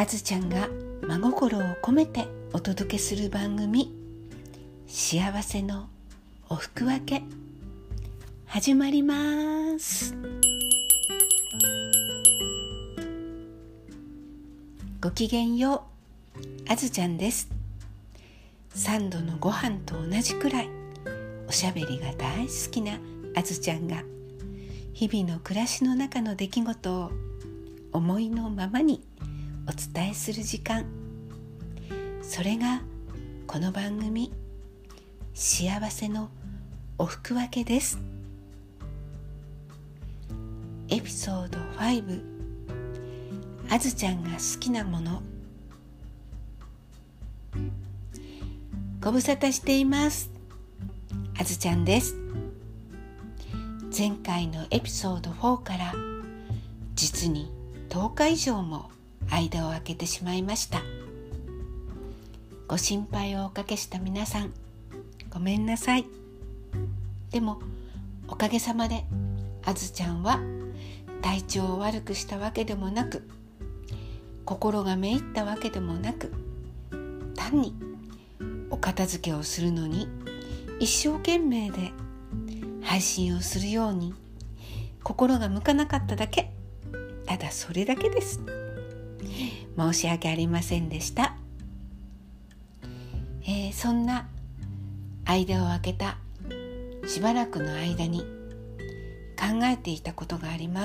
あずちゃんが真心を込めてお届けする番組、幸せのおふくわけ、始まります。ごきげんよう、あずちゃんです。3度のご飯と同じくらいおしゃべりが大好きなあずちゃんが、日々の暮らしの中の出来事を思いのままにお伝えする時間、それがこの番組、幸せのおふくわけです。エピソード5、あずちゃんが好きなもの。ご無沙汰しています。あずちゃんです。前回のエピソード4から実に10日以上も間を空けてしまいました。ご心配をおかけした皆さん、ごめんなさい。でもおかげさまであずちゃんは体調を悪くしたわけでもなく、心がめいったわけでもなく、単にお片付けをするのに一生懸命で配信をするように心が向かなかっただけ、ただそれだけです。申し訳ありませんでした。そんな間を空けたしばらくの間に考えていたことがあります。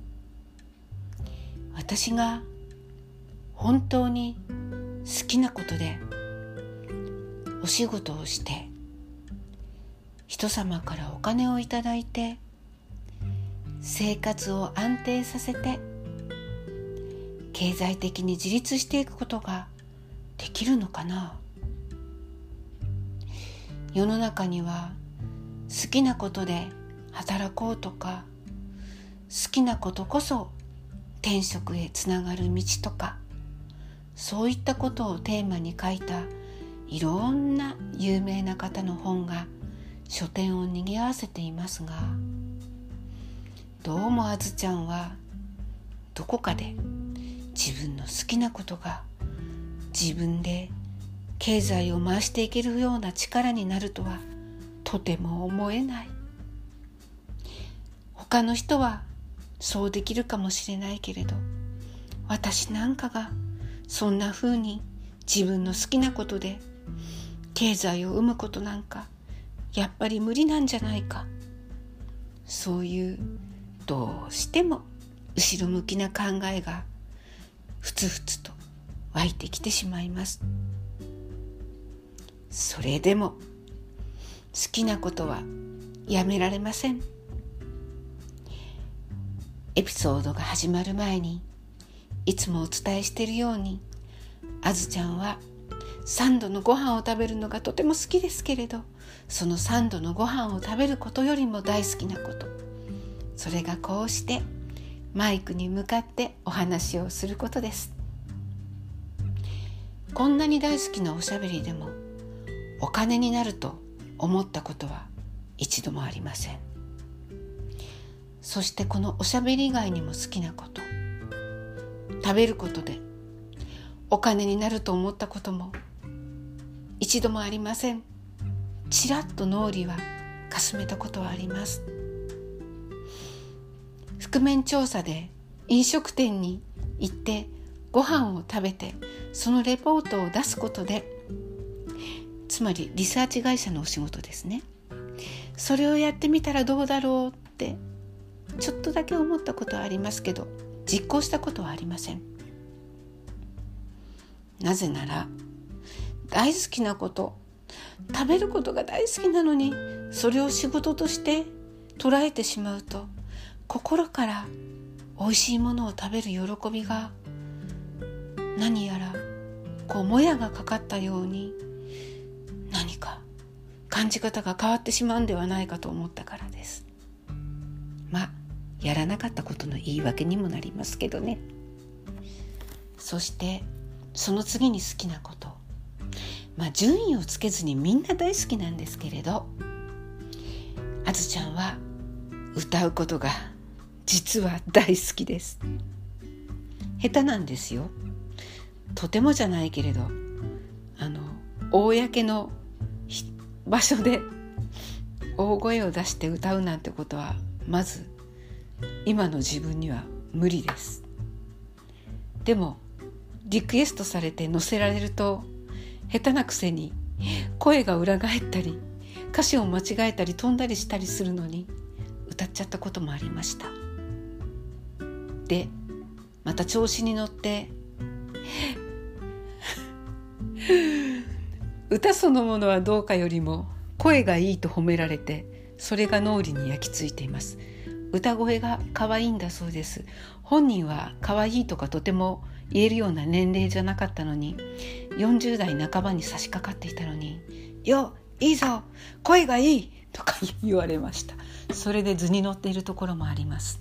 私が本当に好きなことでお仕事をして人様からお金をいただいて生活を安定させて経済的に自立していくことができるのかな。世の中には好きなことで働こうとか、好きなことこそ天職へつながる道とか、そういったことをテーマに書いたいろんな有名な方の本が書店を賑わせていますが、どうもあずちゃんはどこかで自分の好きなことが自分で経済を回していけるような力になるとはとても思えない。他の人はそうできるかもしれないけれど、私なんかがそんな風に自分の好きなことで経済を生むことなんかやっぱり無理なんじゃないか、そういうどうしても後ろ向きな考えがふつふつと湧いてきてしまいます。それでも好きなことはやめられません。エピソードが始まる前にいつもお伝えしているように、あずちゃんは3度のご飯を食べるのがとても好きですけれど、その3度のご飯を食べることよりも大好きなこと、それがこうしてマイクに向かってお話をすることです。こんなに大好きなおしゃべりでもお金になると思ったことは一度もありません。そしてこのおしゃべり以外にも好きなこと、食べることでお金になると思ったことも一度もありません。ちらっと脳裏はかすめたことはあります。覆面調査で飲食店に行ってご飯を食べてそのレポートを出すことで、つまりリサーチ会社のお仕事ですね。それをやってみたらどうだろうってちょっとだけ思ったことはありますけど、実行したことはありません。なぜなら大好きなこと、食べることが大好きなのにそれを仕事として捉えてしまうと、心から美味しいものを食べる喜びが何やらもやがかかったように、何か感じ方が変わってしまうんではないかと思ったからです。やらなかったことの言い訳にもなりますけどね。そしてその次に好きなこと、順位をつけずにみんな大好きなんですけれど、あずちゃんは歌うことが実は大好きです。下手なんですよ。 とてもじゃないけれど公の場所で大声を出して歌うなんてことはまず今の自分には無理です。でもリクエストされて載せられると下手なくせに声が裏返ったり歌詞を間違えたり飛んだりしたりするのに歌っちゃったこともありました。でまた調子に乗って歌そのものはどうかよりも声がいいと褒められて、それが脳裏に焼き付いています。歌声が可愛いんだそうです。本人は可愛いとかとても言えるような年齢じゃなかったのに、40代半ばに差し掛かっていたのに、よ、いいぞ、声がいいとか言われました。それで図に乗っているところもあります。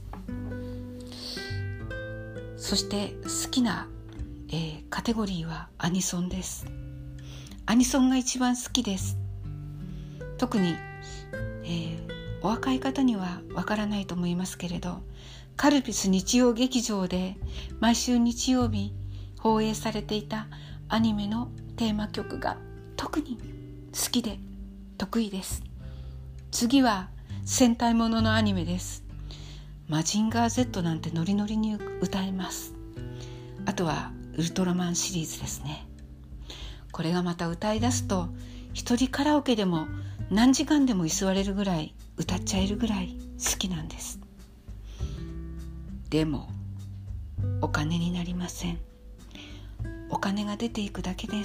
そして好きな、カテゴリーはアニソンです。アニソンが一番好きです。特に、お若い方にはわからないと思いますけれど、カルピス日曜劇場で毎週日曜日放映されていたアニメのテーマ曲が特に好きで得意です。次は戦隊もののアニメです。マジンガー Z なんてノリノリに歌えます。あとはウルトラマンシリーズですね。これがまた歌い出すと一人カラオケでも何時間でも居座れるぐらい歌っちゃえるぐらい好きなんです。でもお金になりません。お金が出ていくだけです。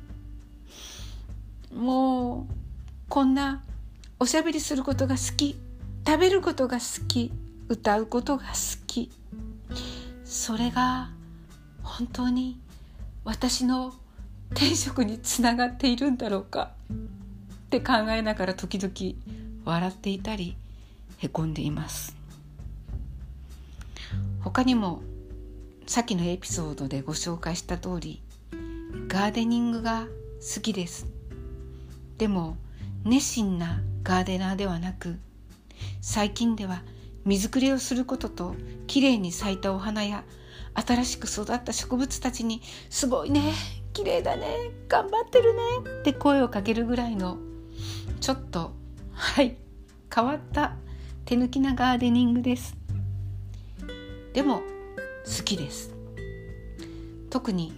もうこんなおしゃべりすることが好き、食べることが好き、歌うことが好き、それが本当に私の天職につながっているんだろうかって考えながら時々笑っていたりへこんでいます。他にもさっきのエピソードでご紹介した通り、ガーデニングが好きです。でも熱心なガーデナーではなく、最近では水くれをすることときれいに咲いたお花や新しく育った植物たちにすごいね、きれいだね、頑張ってるねって声をかけるぐらいのちょっと変わった手抜きなガーデニングです。でも好きです。特に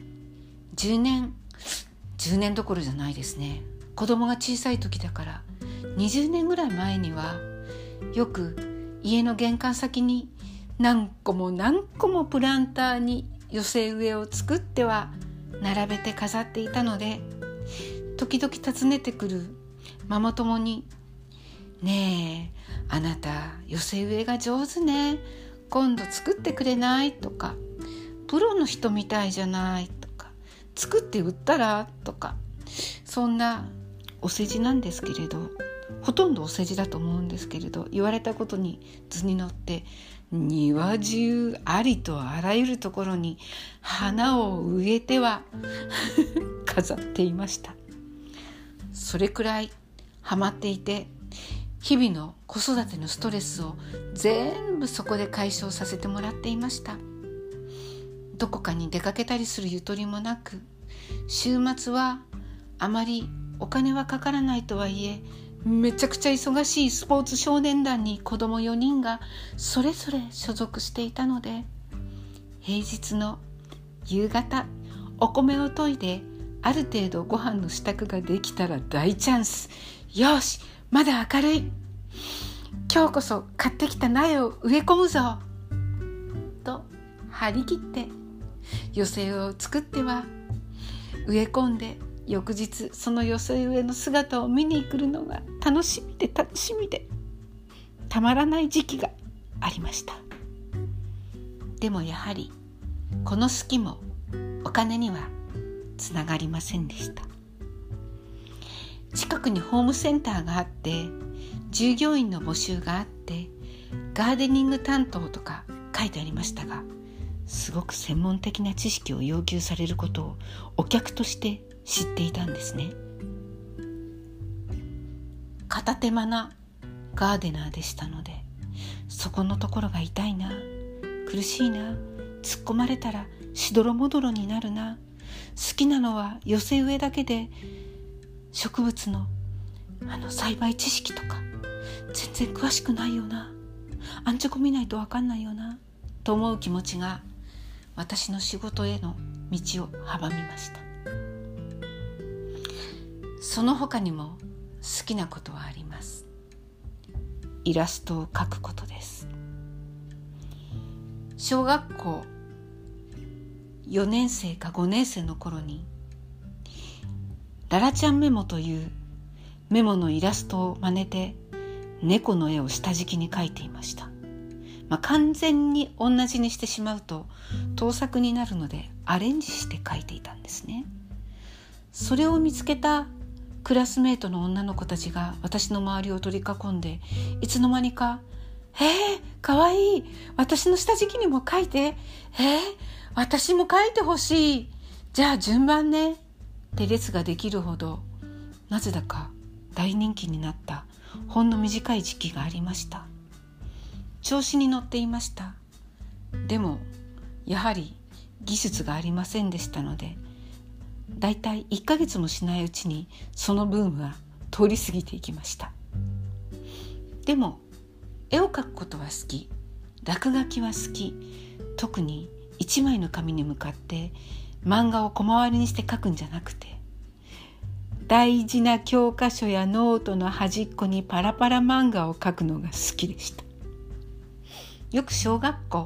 10年どころじゃないですね。子供が小さい時だから20年ぐらい前にはよく家の玄関先に何個もプランターに寄せ植えを作っては並べて飾っていたので、時々訪ねてくるママ友に、ねえあなた寄せ植えが上手ね、今度作ってくれないとか、プロの人みたいじゃないとか、作って売ったらとか、そんなお世辞なんですけれど、ほとんどお世辞だと思うんですけれど、言われたことに図に乗って庭中ありとあらゆるところに花を植えては飾っていました。それくらいハマっていて、日々の子育てのストレスを全部そこで解消させてもらっていました。どこかに出かけたりするゆとりもなく、週末はあまりお金はかからないとはいえ、めちゃくちゃ忙しいスポーツ少年団に子供4人がそれぞれ所属していたので、平日の夕方お米を研いである程度ご飯の支度ができたら大チャンス。よし、まだ明るい、今日こそ買ってきた苗を植え込むぞと張り切って寄せ植えを作っては植え込んで、翌日その寄せ植えの姿を見に来るのが楽しみでたまらない時期がありました。でもやはりこの好きもお金にはつながりませんでした。近くにホームセンターがあって、従業員の募集があって、ガーデニング担当とか書いてありましたが、すごく専門的な知識を要求されることをお客として知っていたんですね。片手間なガーデナーでしたので、そこのところが痛いな、苦しいな、突っ込まれたらしどろもどろになるな、 好きなのは寄せ植えだけで、植物の栽培知識とか全然詳しくないよな、アンチョコ見ないと分かんないよなと思う気持ちが私の仕事への道を阻みました。その他にも好きなことはあります。イラストを描くことです。小学校4年生か5年生の頃にララちゃんメモというメモのイラストを真似て猫の絵を下敷きに描いていました。完全に同じにしてしまうと盗作になるのでアレンジして描いていたんですね。それを見つけたクラスメートの女の子たちが私の周りを取り囲んで、いつの間にかかわいい、私の下敷きにも描いて、私も描いてほしい、じゃあ順番ねって列ができるほど、なぜだか大人気になったほんの短い時期がありました。調子に乗っていました。でもやはり技術がありませんでしたので、だいたい1ヶ月もしないうちにそのブームは通り過ぎていきました。でも絵を描くことは好き、落書きは好き、特に一枚の紙に向かって漫画を小回りにして描くんじゃなくて、大事な教科書やノートの端っこにパラパラ漫画を描くのが好きでした。よく小学校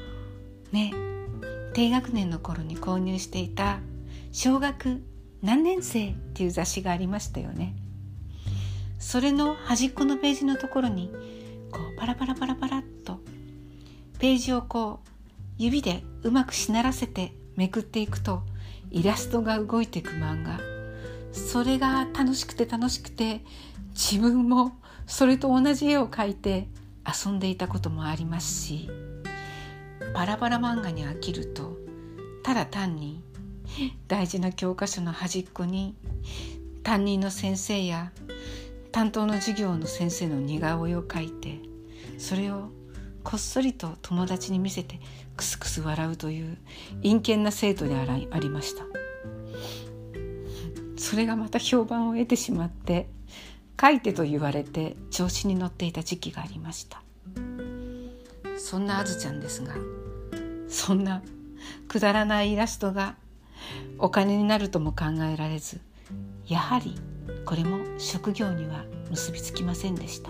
低学年の頃に購入していた小学何年生っていう雑誌がありましたよね。それの端っこのページのところにパラパラパラパラっとページを指でうまくしならせてめくっていくとイラストが動いていく漫画、それが楽しくて自分もそれと同じ絵を描いて遊んでいたこともありますし、パラパラ漫画に飽きるとただ単に大事な教科書の端っこに担任の先生や担当の授業の先生の似顔絵を描いて、それをこっそりと友達に見せてクスクス笑うという陰険な生徒でありました。それがまた評判を得てしまって、描いてと言われて調子に乗っていた時期がありました。そんなあずちゃんですが、そんなくだらないイラストがお金になるとも考えられず、やはりこれも職業には結びつきませんでした。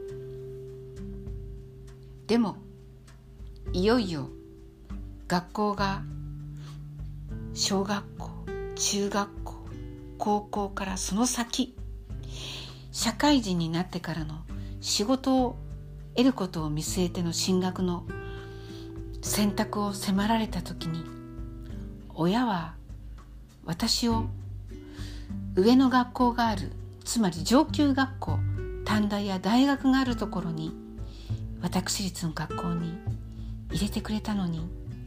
でもいよいよ学校が小学校、中学校、高校からその先、社会人になってからの仕事を得ることを見据えての進学の選択を迫られた時に、親は私を上の学校がある、つまり上級学校、短大や大学があるところに、私立の学校に入れてくれたのに、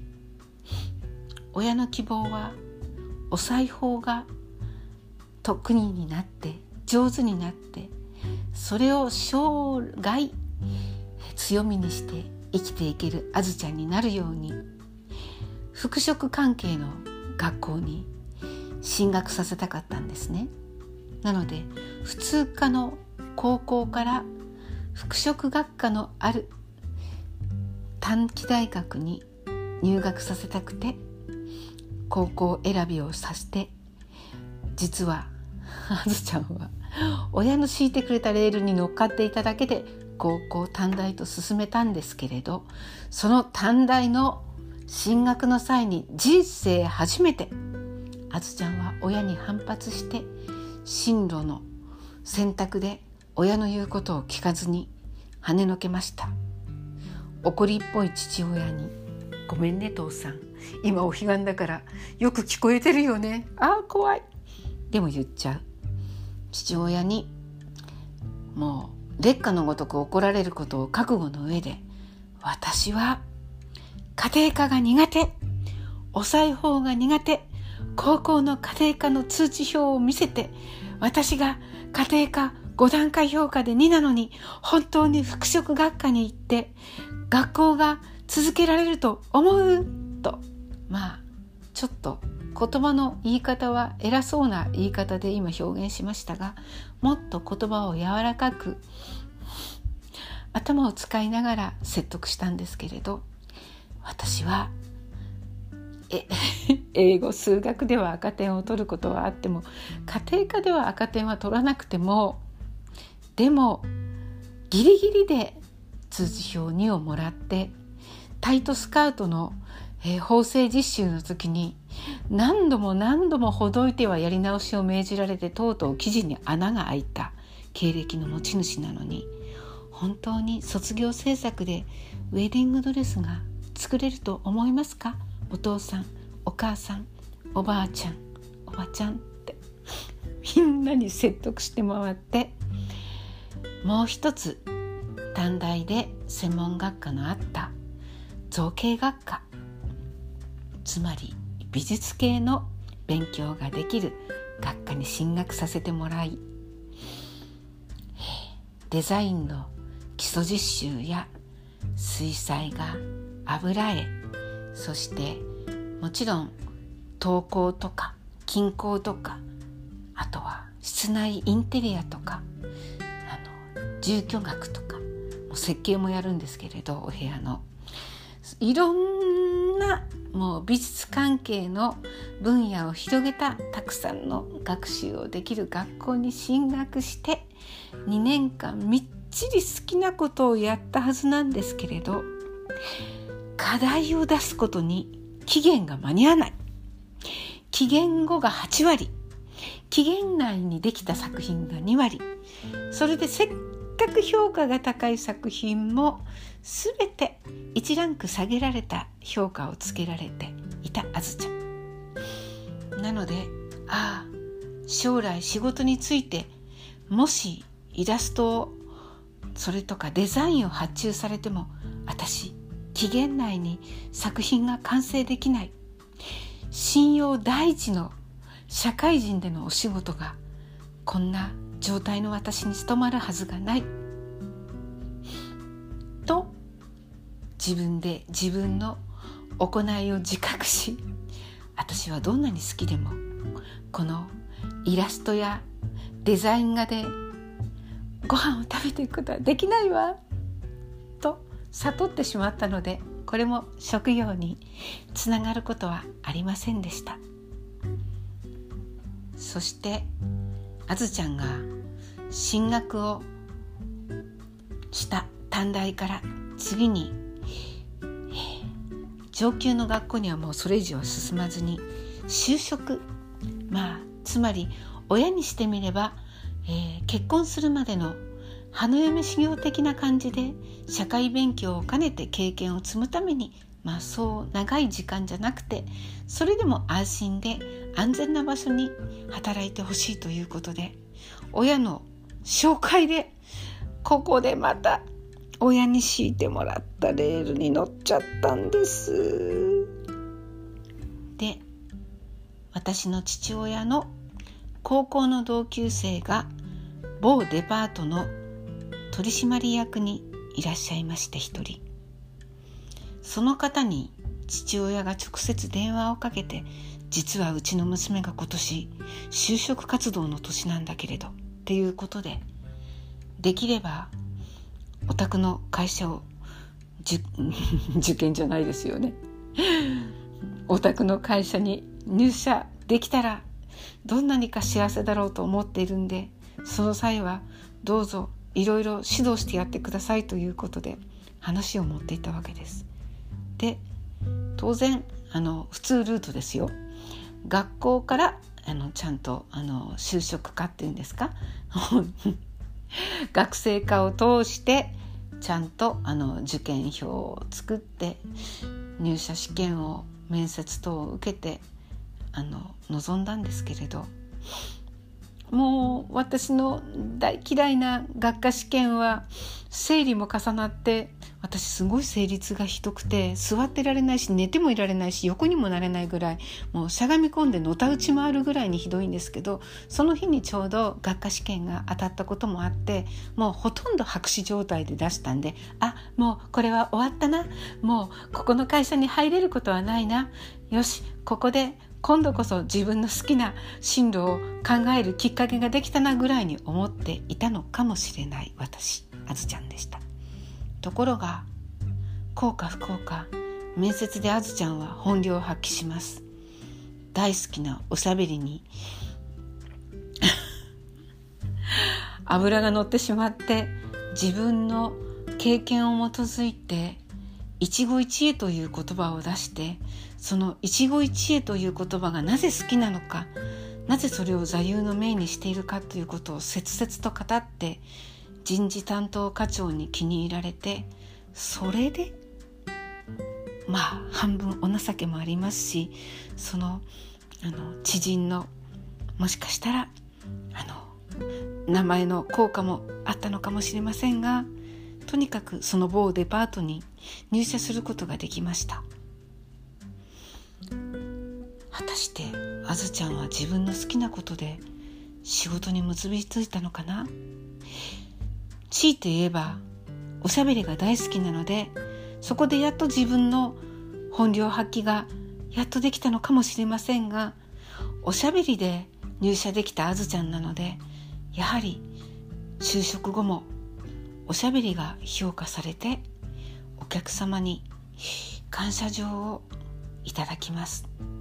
親の希望はお裁縫が得意になって上手になって、それを生涯強みにして生きていけるあずちゃんになるように、服飾関係の学校に進学させたかったんですね。なので普通科の高校から服飾学科のある短期大学に入学させたくて高校選びをさせて、実はあずちゃんは親の敷いてくれたレールに乗っかっていただけで高校短大と進めたんですけれど、その短大の進学の際に人生初めてあずちゃんは親に反発して進路の選択で親の言うことを聞かずに跳ねのけました。怒りっぽい父親に、ごめんね父さん、今お彼岸だからよく聞こえてるよね、ああ怖い、でも言っちゃう。父親にもう烈火のごとく怒られることを覚悟の上で、私は家庭科が苦手、お裁縫が苦手、高校の家庭科の通知表を見せて、私が家庭科5段階評価で2なのに本当に服飾学科に行って学校が続けられると思うと、ちょっと言葉の言い方は偉そうな言い方で今表現しましたが、もっと言葉を柔らかく頭を使いながら説得したんですけれど、私は英語数学では赤点を取ることはあっても、家庭科では赤点は取らなくても、でもギリギリで通知表2をもらって、タイトスカートの縫製実習の時に何度もほどいてはやり直しを命じられて、とうとう生地に穴が開いた経歴の持ち主なのに、本当に卒業制作でウェディングドレスが作れると思いますか？お父さん、お母さん、おばあちゃん、おばちゃんってみんなに説得して回って、もう一つ短大で専門学科のあった造形学科、つまり美術系の勉強ができる学科に進学させてもらい、デザインの基礎実習や水彩画、油絵、そしてもちろん陶工とか金工とか、あとは室内インテリアとか、住居学とか、もう設計もやるんですけれど、お部屋のいろんなもう美術関係の分野を広げたたくさんの学習をできる学校に進学して、2年間みっちり好きなことをやったはずなんですけれど、課題を出すことに期限が間に合わない。期限後が8割、期限内にできた作品が2割、それでせっかく評価が高い作品もすべて1ランク下げられた評価をつけられていたあずちゃんなので、将来仕事についてもしイラストをそれとかデザインを発注されても、私期限内に作品が完成できない、信用第一の社会人でのお仕事がこんな状態の私に務まるはずがないと、自分で自分の行いを自覚し、私はどんなに好きでもこのイラストやデザイン画でご飯を食べていくことはできないわと悟ってしまったので、これも職業につながることはありませんでした。そしてあずちゃんが進学をした短大から次に、上級の学校にはもうそれ以上は進まずに就職、つまり親にしてみれば、結婚するまでの花嫁修行的な感じで社会勉強を兼ねて経験を積むために、そう長い時間じゃなくて、それでも安心で安全な場所に働いてほしいということで、親の紹介でここでまた親に敷いてもらったレールに乗っちゃったんです。で、私の父親の高校の同級生が某デパートの取締役にいらっしゃいまして、一人。その方に父親が直接電話をかけて、実はうちの娘が今年就職活動の年なんだけれどっていうことで、できればお宅の会社を受験じゃないですよね、お宅の会社に入社できたらどんなにか幸せだろうと思っているんで、その際はどうぞいろいろ指導してやってくださいということで話を持っていたわけです。で、当然普通ルートですよ。学校からちゃんと就職課っていうんですか学生課を通してちゃんと受験票を作って入社試験を面接等を受けて臨んだんですけれど、もう私の大嫌いな学科試験は生理も重なって、私すごい生理痛がひどくて座ってられないし寝てもいられないし横にもなれないぐらい、もうしゃがみ込んでのたうち回るぐらいにひどいんですけど、その日にちょうど学科試験が当たったこともあって、もうほとんど白紙状態で出したんで、もうこれは終わったな、もうここの会社に入れることはないな、よしここで今度こそ自分の好きな進路を考えるきっかけができたなぐらいに思っていたのかもしれない私、あずちゃんでした。ところが幸か不幸か、面接であずちゃんは本領を発揮します。大好きなおしゃべりに油が乗ってしまって、自分の経験を基づいて一期一会という言葉を出して、その一期一会という言葉がなぜ好きなのか、なぜそれを座右の銘にしているかということを切々と語って、人事担当課長に気に入られて、それで半分お情けもありますし、その知人のもしかしたら名前の効果もあったのかもしれませんが、とにかくその某デパートに入社することができました。果たしてあずちゃんは自分の好きなことで仕事に結びついたのかな。強いて言えばおしゃべりが大好きなので、そこでやっと自分の本領発揮がやっとできたのかもしれませんが、おしゃべりで入社できたあずちゃんなので、やはり就職後もおしゃべりが評価されて、お客様に感謝状をいただきます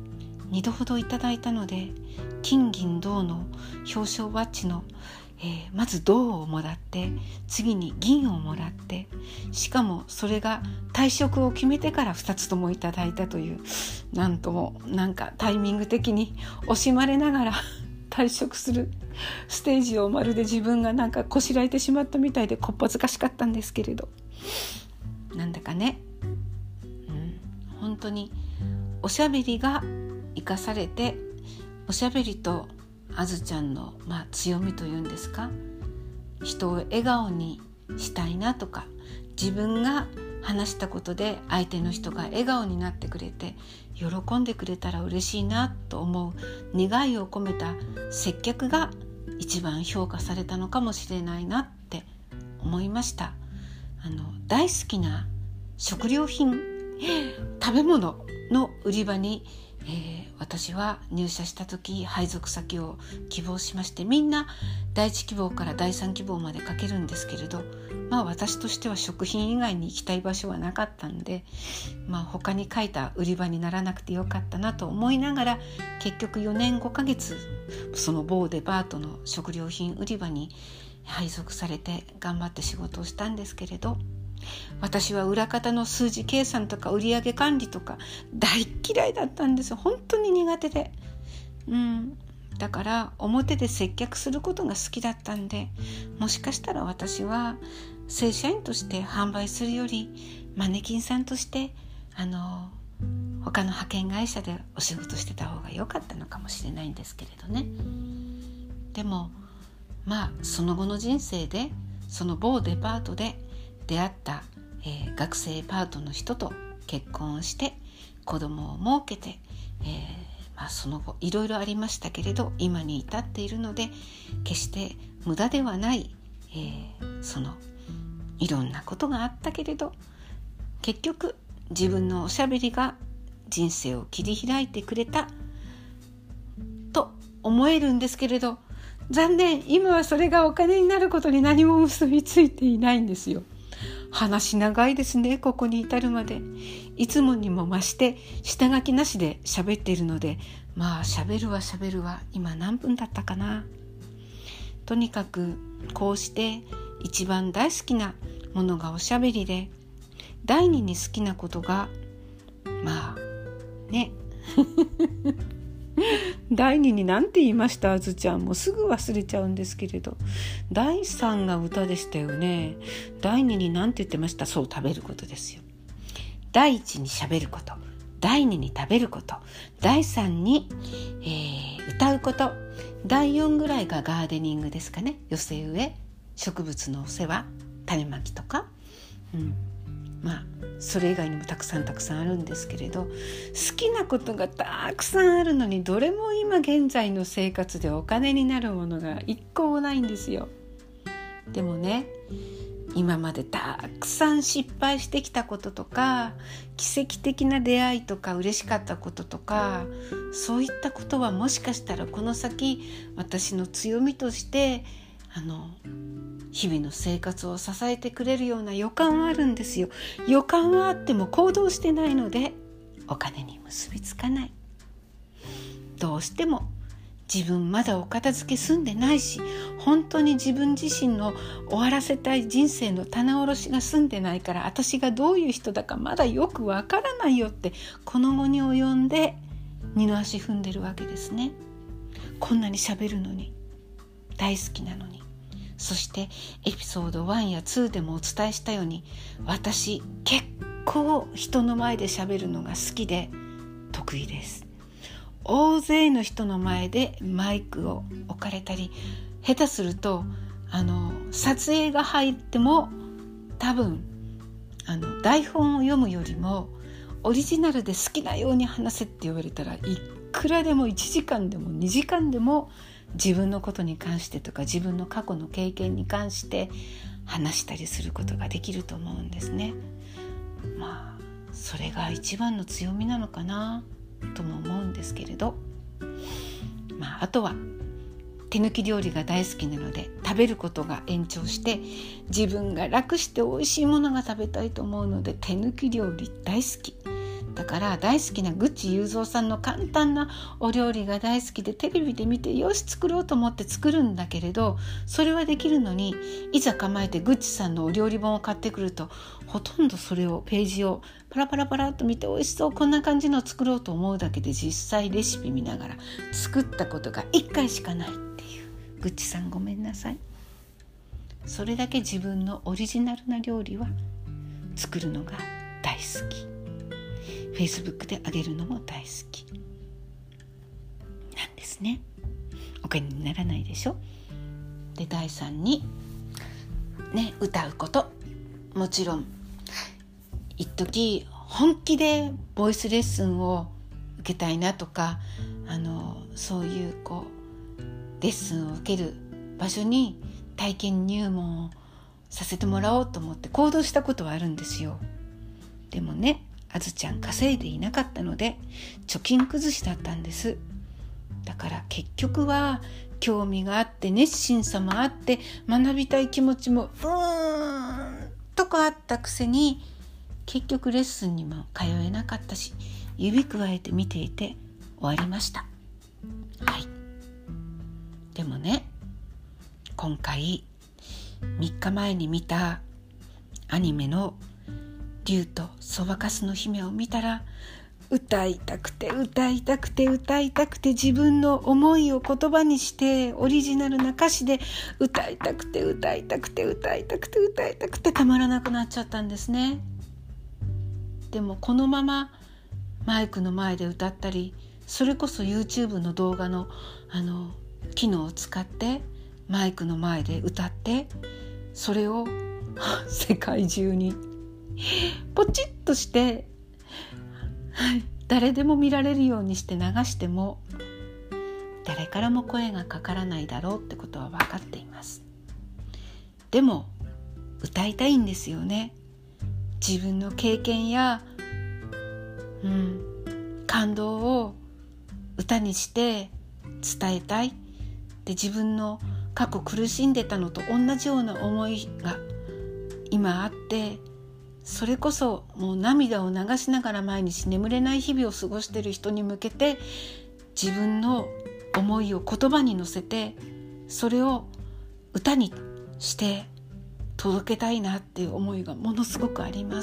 。2度ほどいただいたので、金銀銅の表彰バッジの、まず銅をもらって、次に銀をもらって、しかもそれが退職を決めてから2つともいただいたという、なんともタイミング的に惜しまれながら退職するステージをまるで自分がこしらえてしまったみたいで、こっぱずかしかったんですけれど、なんだかね、本当におしゃべりが生かされて、おしゃべりとあずちゃんの強みというんですか、人を笑顔にしたいなとか、自分が話したことで相手の人が笑顔になってくれて喜んでくれたら嬉しいなと思う願いを込めた接客が一番評価されたのかもしれないなって思いました。大好きな食料品、食べ物の売り場に、私は入社した時配属先を希望しまして、みんな第1希望から第3希望まで書けるんですけれど、私としては食品以外に行きたい場所はなかったんで、他に書いた売り場にならなくてよかったなと思いながら、結局4年5ヶ月その某デパートの食料品売り場に配属されて頑張って仕事をしたんですけれど、私は裏方の数字計算とか売上管理とか大嫌いだったんですよ。本当に苦手で、だから表で接客することが好きだったんで、もしかしたら私は正社員として販売するよりマネキンさんとして他の派遣会社でお仕事してた方が良かったのかもしれないんですけれどね。でもその後の人生でその某デパートで出会った、学生パートの人と結婚をして子供を設けて、その後いろいろありましたけれど今に至っているので、決して無駄ではない、そのいろんなことがあったけれど、結局自分のおしゃべりが人生を切り開いてくれたと思えるんですけれど、残念、今はそれがお金になることに何も結びついていないんですよ。話長いですね、ここに至るまで。いつもにも増して下書きなしで喋っているので、喋るわ今何分だったかな。とにかくこうして一番大好きなものがおしゃべりで、第二に好きなことが第二に何て言いました？あずちゃんもすぐ忘れちゃうんですけれど、第3が歌でしたよね。第2に何て言ってました？そう、食べることですよ。第1に喋ること、第2に食べること、第3に、歌うこと、第4ぐらいがガーデニングですかね。寄せ植え、植物のお世話、種まきとか、それ以外にもたくさんあるんですけれど、好きなことがたくさんあるのに、どれも今現在の生活でお金になるものが一個もないんですよ。でもね、今までたくさん失敗してきたこととか、奇跡的な出会いとか嬉しかったこととか、 そういったことはもしかしたらこの先私の強みとして日々の生活を支えてくれるような予感はあるんですよ。予感はあっても行動してないのでお金に結びつかない。どうしても自分まだお片付け済んでないし、本当に自分自身の終わらせたい人生の棚卸しが済んでないから、私がどういう人だかまだよくわからないよってこの後に及んで二の足踏んでるわけですね。こんなに喋るのに、大好きなのに。そしてエピソード1や2でもお伝えしたように、私結構人の前で喋るのが好きで得意です。大勢の人の前でマイクを置かれたり、下手すると撮影が入っても多分台本を読むよりもオリジナルで好きなように話せって言われたら、いくらでも1時間でも2時間でも自分のことに関してとか自分の過去の経験に関して話したりすることができると思うんですね。それが一番の強みなのかなとも思うんですけれど、あとは手抜き料理が大好きなので、食べることが延長して自分が楽して美味しいものが食べたいと思うので手抜き料理大好きだから、大好きなグチ雄三さんの簡単なお料理が大好きで、テレビで見てよし作ろうと思って作るんだけれど、それはできるのにいざ構えてグッチさんのお料理本を買ってくると、ほとんどそれをページをパラパラパラっと見て、美味しそう、こんな感じのを作ろうと思うだけで、実際レシピ見ながら作ったことが1回しかないっていう、グッチさんごめんなさい。それだけ自分のオリジナルな料理は作るのが大好き、Facebook であげるのも大好きなんですね。お金にならないでしょ。で、第3に歌うこと、もちろん一時本気でボイスレッスンを受けたいなとか、そういうレッスンを受ける場所に体験入門をさせてもらおうと思って行動したことはあるんですよ。でもあずちゃん稼いでいなかったので貯金崩しだったんです。だから結局は興味があって熱心さもあって学びたい気持ちもとかあったくせに、結局レッスンにも通えなかったし、指くわえて見ていて終わりました。でも今回3日前に見たアニメの竜とそばかすの姫を見たら、歌いたくて自分の思いを言葉にしてオリジナルな歌詞で歌いたくてたまらなくなっちゃったんですね。でもこのままマイクの前で歌ったり、それこそ YouTube の動画の機能を使ってマイクの前で歌って、それを世界中にポチッとして、誰でも見られるようにして流しても誰からも声がかからないだろうってことは分かっています。でも歌いたいんですよね。自分の経験や、感動を歌にして伝えたい。で、自分の過去苦しんでたのと同じような思いが今あって、それこそもう涙を流しながら毎日眠れない日々を過ごしている人に向けて、自分の思いを言葉に乗せて、それを歌にして届けたいなっていう思いがものすごくあります。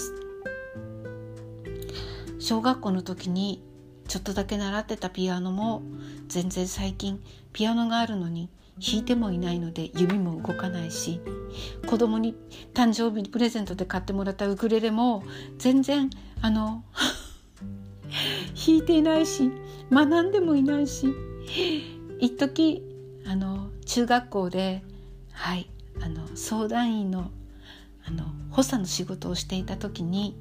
小学校の時にちょっとだけ習ってたピアノも全然最近ピアノがあるのに弾いてもいないので指も動かないし、子供に誕生日プレゼントで買ってもらったウクレレも全然弾いていないし学んでもいないし、一時中学校で相談員の補佐の仕事をしていた時に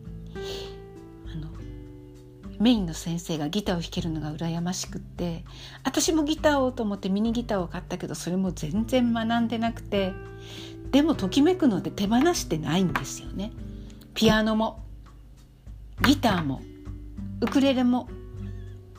メインの先生がギターを弾けるのが羨ましくって、私もギターをと思ってミニギターを買ったけど、それも全然学んでなくて、でもときめくので手放してないんですよね。ピアノもギターもウクレレも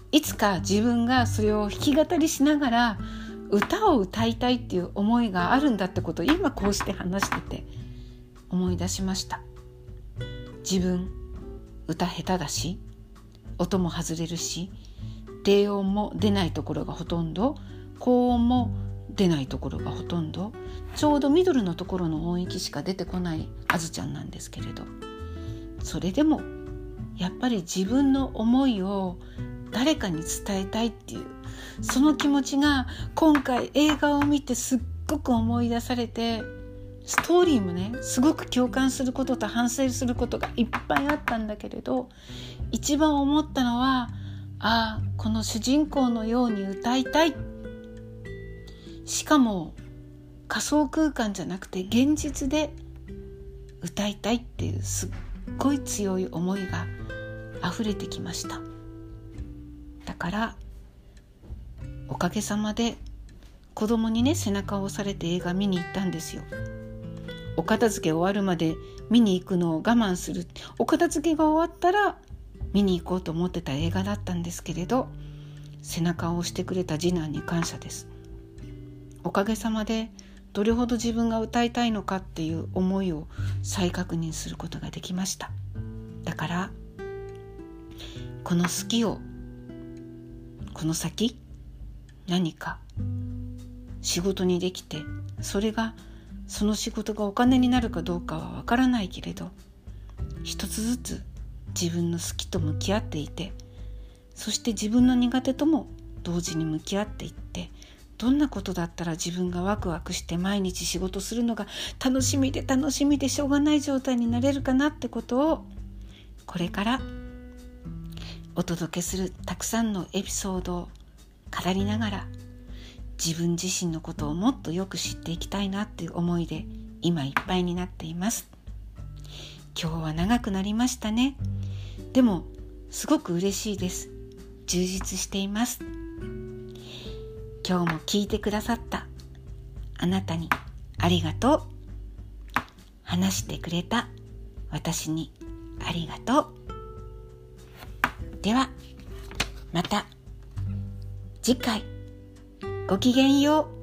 いつか自分がそれを弾き語りしながら歌を歌いたいっていう思いがあるんだってことを今こうして話してて思い出しました。自分歌下手だし、音も外れるし、低音も出ないところがほとんど、高音も出ないところがほとんど、ちょうどミドルのところの音域しか出てこないあずちゃんなんですけれど、それでもやっぱり自分の思いを誰かに伝えたいっていうその気持ちが今回映画を見てすっごく思い出されて、ストーリーもねすごく共感することと反省することがいっぱいあったんだけれど、一番思ったのはこの主人公のように歌いたい、しかも仮想空間じゃなくて現実で歌いたいっていうすっごい強い思いが溢れてきました。だからおかげさまで子供にね背中を押されて映画見に行ったんですよ。お片付け終わるまで見に行くのを我慢する、お片付けが終わったら見に行こうと思ってた映画だったんですけれど、背中を押してくれた次男に感謝です。おかげさまでどれほど自分が歌いたいのかっていう思いを再確認することができました。だからこの好きをこの先何か仕事にできて、その仕事がお金になるかどうかはわからないけれど、一つずつ自分の好きと向き合っていて、そして自分の苦手とも同時に向き合っていって、どんなことだったら自分がワクワクして毎日仕事するのが楽しみでしょうがない状態になれるかなってことを、これからお届けするたくさんのエピソードを語りながら、自分自身のことをもっとよく知っていきたいなっていう思いで今いっぱいになっています。今日は長くなりましたね。でもすごく嬉しいです。充実しています。今日も聞いてくださったあなたにありがとう。話してくれた私にありがとう。ではまた次回、ごきげんよう。